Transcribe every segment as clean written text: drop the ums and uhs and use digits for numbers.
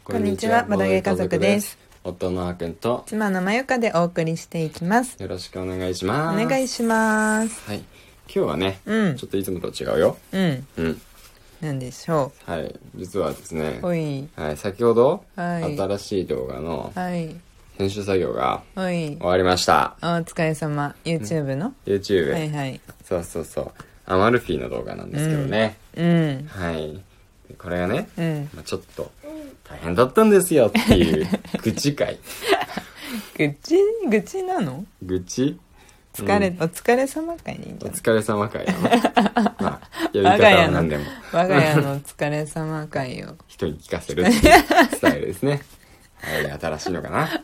こんにちは、ボドゲ家族です。 夫のあくんと妻のまゆかでお送りしていきます。 よろしくお願いします。 お願いします。 はい、今日はね、ちょっといつもと違うよ。 なんでしょう。はい、実はですね、 はい、 先ほど、 はい、 新しい動画の編集作業が終わりました。 お疲れ様。YouTube の、 YouTube、 はいはい、 そうアマルフィの動画なんですけどね、はい、これがね、ちょっと大変だったんですよっていう愚痴会愚痴なの？ 愚痴？ お疲れ様会にいいんじゃない？ お疲れ様会まあ、呼び方は何でも我が家のお疲れ様会を人に聞かせるっていうスタイルですね。はい、新しいのかな、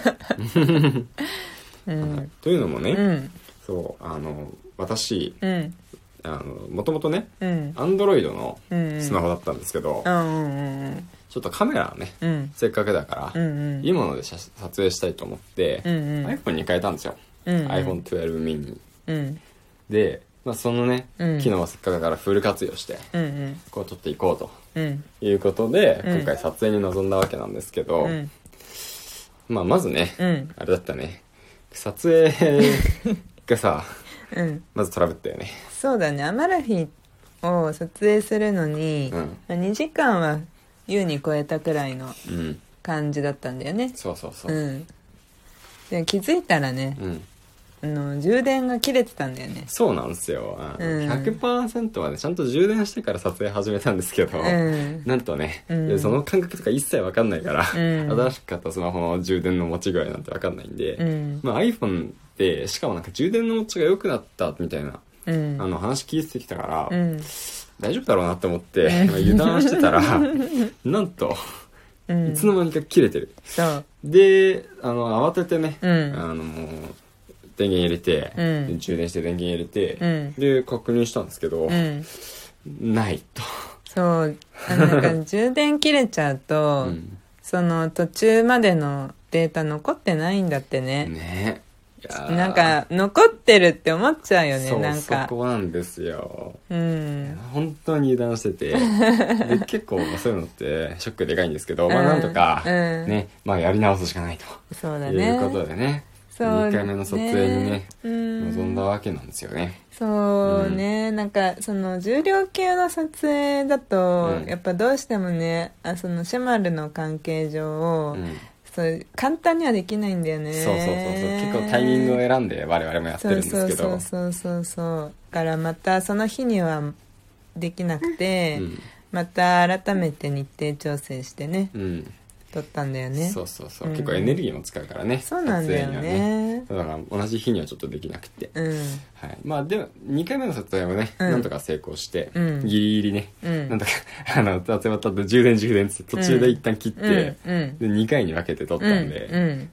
というのもね、そう私、もともとね、Android のスマホだったんですけど、ちょっとカメラをね、せっかくだから、いいもので撮影したいと思って、iPhone に変えたんですよ。iPhone 12 mini、で、そのね、機能をせっかくだからフル活用して、こう撮っていこうと、いうことで、今回撮影に臨んだわけなんですけど、まずね、あれだったね、撮影がさ、まずトラブったよね。 そうだね、アマルフィを撮影するのに、2時間は優に超えたくらいの感じだったんだよね。 そう、 で気づいたらね、充電が切れてたんだよね。 そうなんですよ。100% までちゃんと充電してから撮影始めたんですけど、なんとね、その感覚とか一切わかんないから、新しく買ったスマホの充電の持ち具合なんてわかんないんで、iPhone でしかもなんか充電の持ちが良くなったみたいな、話聞いてきたから、大丈夫だろうなって思って、油断してたらなんといつの間にか切れてる。で慌ててね、もう電源入れて、充電して電源入れて、で確認したんですけど、ないと。 そうなんか充電切れちゃうと、その途中までのデータ残ってないんだってね。なんか残ってるって思っちゃうよね。なんかそこなんですよ。本当に油断しててで結構そういうのってショックでかいんですけど、なんとかね、やり直すしかないと、そうだね、いうことでね、2回目の撮影にね、臨んだわけなんですよね。 そうね、なんかその重量級の撮影だと、やっぱどうしてもね、そのシェマルの関係上、そう簡単にはできないんだよね。そう結構タイミングを選んで我々もやってるんですけど、 そうだからまたその日にはできなくて、また改めて日程調整してね、撮ったんだよね。 そう結構エネルギーも使うからね。 そうなんだよね。 だから同じ日にはちょっとできなくて、はい、でも2回目の撮影もね、なんとか成功して、ギリギリね、なんとか撮影終わった後充電って途中で一旦切って、で2回に分けて撮ったんで、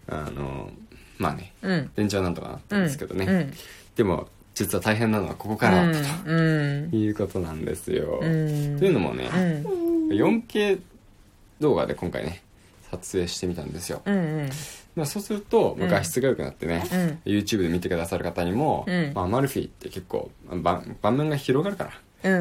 電池はなんとかなったんですけどね、でも実は大変なのはここからだったと、いうことなんですよ。というのもね、4K 動画で今回ね撮影してみたんですよ。そうすると、画質が良くなってね、YouTube で見てくださる方にも、アマルフィって結構盤面が広がるから、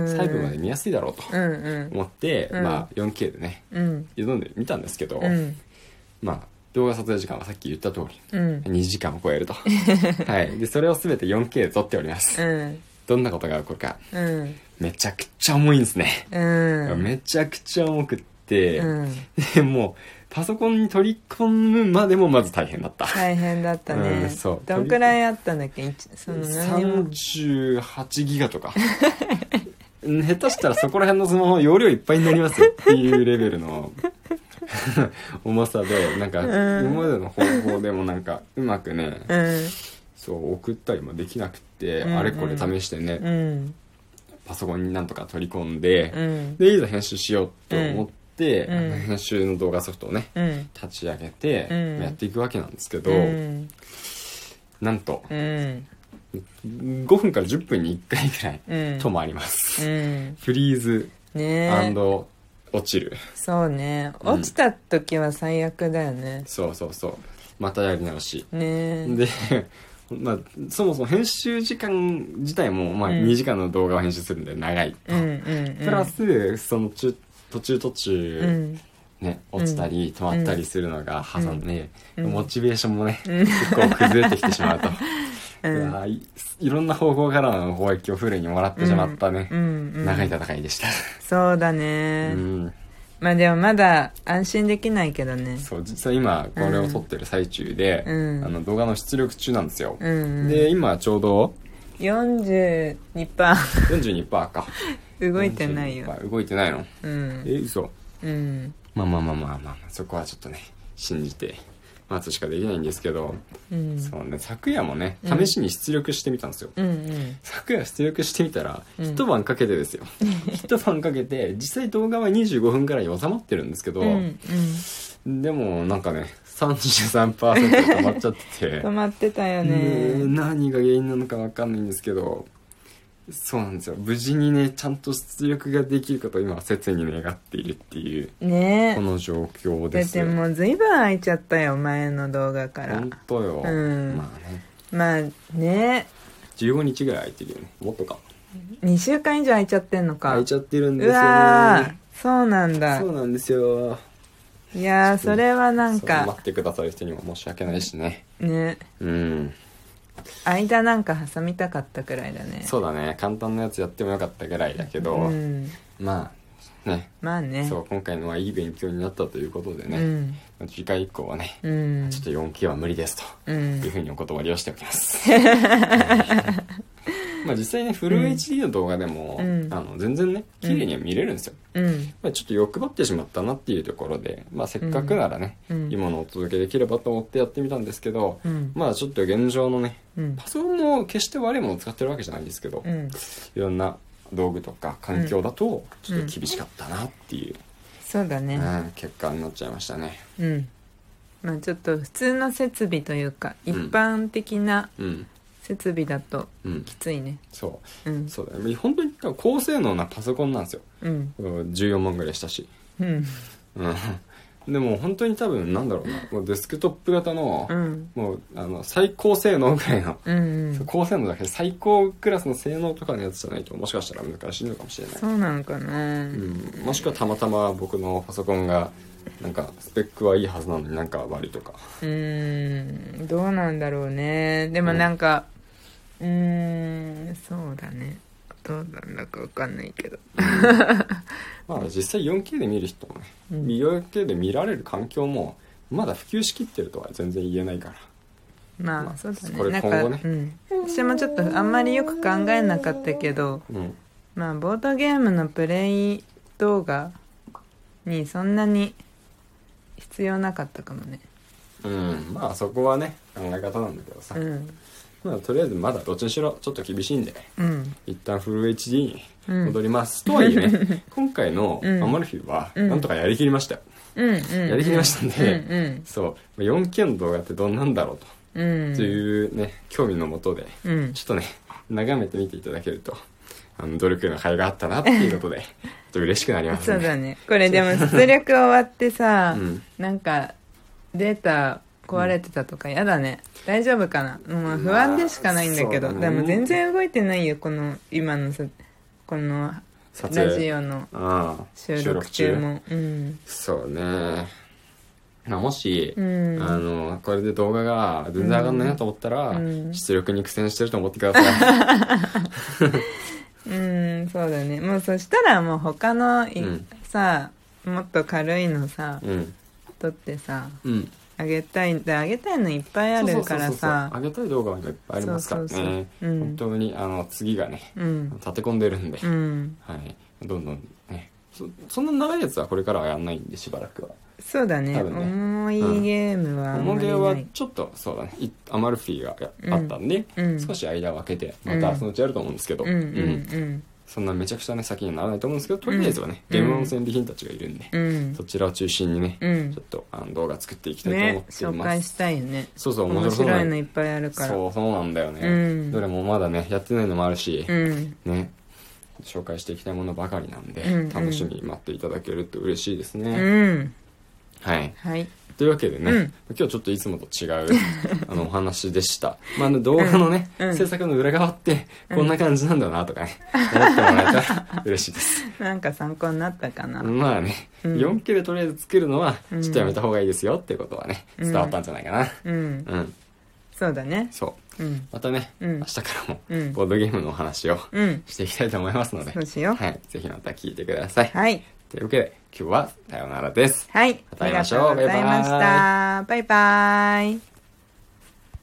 細部まで見やすいだろうと思って、4K でね、挑んでみたんですけど、動画撮影時間はさっき言った通り、2時間を超えると、はい、でそれを全て 4K で撮っております。どんなことが起こるか、めちゃくちゃ重いんですね。めちゃくちゃ重くって、でもうパソコンに取り込むまでもまず大変だったね。 どんくらいあったんだっけ、その 38ギガとか下手したらそこら辺のスマホ容量いっぱいになりますよっていうレベルの重さで、なんか今までの方法でもなんかうまくね、そう送ったりもできなくて、あれこれ試してね、パソコンになんとか取り込んで、でいざ編集しようと思って、編集の動画ソフトをね、立ち上げてやっていくわけなんですけど、なんと、5分から10分に1回ぐらい止まります、フリーズ&落ちる。 そうね、落ちた時は最悪だよね。 そうまたやり直しでそもそも編集時間自体も2時間の動画を編集するんで長いと、プラスその途中ね、落ちたり止まったりするのが挟んで、モチベーションもね、結構崩れてきてしまうと。いろんな方向からの攻撃をフルにもらってしまったね、長い戦いでした。 そうだね。まあでもまだ安心できないけどね。 そう、実は今これを撮ってる最中で、動画の出力中なんですよ。で、今ちょうど 42%。 42% か。 動いてないよ。 動いてないの？嘘。まあ、そこはちょっとね、信じて待つしかできないんですけど、そうね、昨夜もね、試しに出力してみたんですよ。昨夜出力してみたら、一晩かけてですよ。一晩かけて、実際動画は25分くらいに収まってるんですけど、でもなんかね、33% 止まっちゃってて。 止まってたよね。 何が原因なのかわかんないんですけど、そうなんですよ。無事にね、ちゃんと出力ができるかと今切に願っているっていうね、この状況です。 だってもう随分空いちゃったよ、前の動画から。 本当よ。 まあね。 15日ぐらい空いてるよね。もっとか。 2週間以上空いちゃってんのか。 空いちゃってるんですよね。 うわー、そうなんだ。 そうなんですよ。 いやー、それはなんか待ってくださる人にも申し訳ないしね。 ね。間なんか挟みたかったくらいだね。 そうだね、簡単なやつやってもよかったぐらいだけど、まあね、そう、今回のはいい勉強になったということでね、次回以降はね、ちょっと 4K は無理ですというふうにお断りをしておきます。まあ実際ね、フル HD の動画でも、全然ね、綺麗には見れるんですよ。まあちょっと欲張ってしまったなっていうところで、まあせっかくならね、いいものをお届けできればと思ってやってみたんですけど、まあちょっと現状のね、パソコンも決して悪いものを使ってるわけじゃないんですけど、いろんな道具とか環境だと、ちょっと厳しかったなっていう、 そうだね。 結果になっちゃいましたね。 まあちょっと普通の設備というか、一般的な、設備だときついね。そうだね。本当に高性能なパソコンなんですよ。14万ぐらいしたし。でも本当に多分なんだろうな、もうデスクトップ型の、もう最高性能ぐらいの、高性能だけど最高クラスの性能とかのやつじゃないともしかしたら難しいのかもしれない。そうなのかな。 もしくはたまたま僕のパソコンがなんかスペックはいいはずなのになんか悪いとか。 どうなんだろうね。でもなんか、そうだね。どうなんだか分かんないけど。 まあ実際 4K で見る人もね、4K で見られる環境もまだ普及しきってるとは全然言えないから。 まあそうだね。 これ今後ね。 私もちょっとあんまりよく考えなかったけど、まあボードゲームのプレイ動画にそんなに必要なかったかもね。 まあそこはね、考え方なんだけどさ。まあ、とりあえずまだどっちにしろちょっと厳しいんで、一旦フル HD に戻ります、とはいえね、今回のアマルフィはなんとかやりきりましたよ。やりきりましたんで、そう 4K の動画ってどんなんだろうというね、興味のもとでちょっとね眺めてみていただけると努力の甲斐があったなっていうことでちょっと嬉しくなりますね。 そうだね。これでも出力終わってさ、なんかデータ壊れてたとかやだね。大丈夫かな。もう不安でしかないんだけど、でも全然動いてないよ、この今のこのラジオの収録中も。 そうね。まあ、もし、これで動画が全然上がんないなと思ったら、出力に苦戦してると思ってください。 そうだね。もうそしたらもう他のさ、もっと軽いのさ、撮ってさ、あげたいのいっぱいあるからさ、 あげたい動画がいっぱいありますからね。本当に次がね、立て込んでるんで、どんどんね、そんな長いやつはこれからはやんないんで、しばらくは。そうだね。重いゲームは重ゲーはちょっとそうだね、アマルフィがあったんで、少し間を空けてまたそのうちやると思うんですけど、そんなめちゃくちゃね先にはならないと思うんですけど、とりあえずはね、ゲームの戦利品たちがいるんで、そちらを中心にね、ちょっと動画作っていきたいと思っています。紹介したいよね。そうそう、面白いのいっぱいあるから。そうなんだよね。どれもまだねやってないのもあるし、ね、紹介していきたいものばかりなんで、楽しみに待っていただけると嬉しいですね。はい。 というわけでね、今日ちょっといつもと違うお話でした。動画のね、制作の裏側ってこんな感じなんだなとかね、思ってもらえたら嬉しいです。 なんか参考になったかな。 まあね、4K でとりあえず作るのはちょっとやめた方がいいですよっていうことはね、伝わったんじゃないかな。 そうだね。 そう。またね、明日からもボードゲームのお話をしていきたいと思いますので、 そうしよう。 はい、ぜひまた聞いてください。 はい。 というわけで今日はさようならです。 はい。 また会いましょう。 ありがとうございました。バイバイ。